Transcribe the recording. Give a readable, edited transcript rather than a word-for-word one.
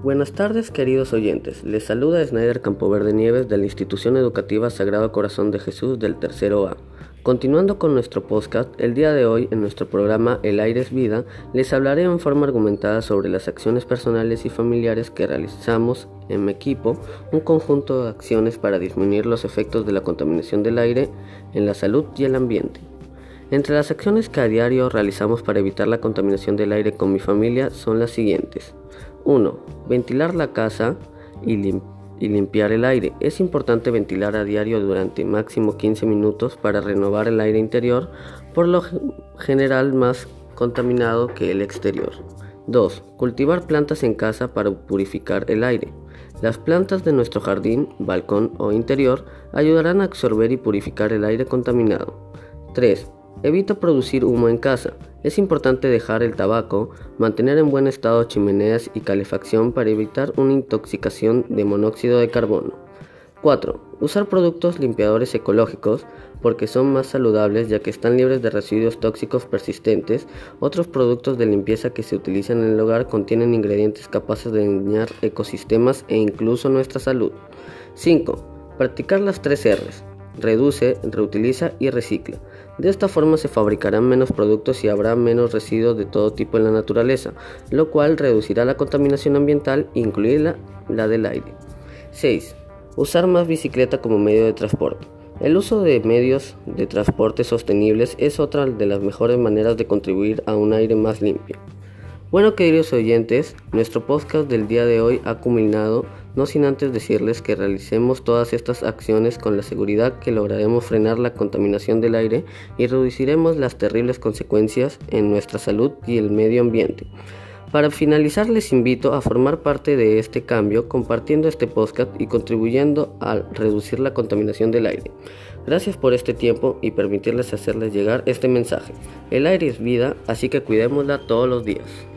Buenas tardes, queridos oyentes. Les saluda Snyder Campoverde Nieves de la Institución Educativa Sagrado Corazón de Jesús del Tercero A. Continuando con nuestro podcast, el día de hoy en nuestro programa El aire es vida, les hablaré en forma argumentada sobre las acciones personales y familiares que realizamos en mi equipo, un conjunto de acciones para disminuir los efectos de la contaminación del aire en la salud y el ambiente. Entre las acciones que a diario realizamos para evitar la contaminación del aire con mi familia son las siguientes. 1. Ventilar la casa y limpiar el aire. Es importante ventilar a diario durante máximo 15 minutos para renovar el aire interior, por lo general más contaminado que el exterior. 2. Cultivar plantas en casa para purificar el aire. Las plantas de nuestro jardín, balcón o interior ayudarán a absorber y purificar el aire contaminado. 3. Evita producir humo en casa. Es importante dejar el tabaco, mantener en buen estado chimeneas y calefacción para evitar una intoxicación de monóxido de carbono. 4. Usar productos limpiadores ecológicos porque son más saludables ya que están libres de residuos tóxicos persistentes. Otros productos de limpieza que se utilizan en el hogar contienen ingredientes capaces de dañar ecosistemas e incluso nuestra salud. 5. Practicar las 3 R's. Reduce, reutiliza y recicla. De esta forma se fabricarán menos productos y habrá menos residuos de todo tipo en la naturaleza, lo cual reducirá la contaminación ambiental, incluida la del aire. 6. Usar más bicicleta como medio de transporte. El uso de medios de transporte sostenibles es otra de las mejores maneras de contribuir a un aire más limpio. Bueno, queridos oyentes, nuestro podcast del día de hoy ha culminado, no sin antes decirles que realicemos todas estas acciones con la seguridad que lograremos frenar la contaminación del aire y reduciremos las terribles consecuencias en nuestra salud y el medio ambiente. Para finalizar, les invito a formar parte de este cambio compartiendo este podcast y contribuyendo a reducir la contaminación del aire. Gracias por este tiempo y permitirles hacerles llegar este mensaje. El aire es vida, así que cuidémosla todos los días.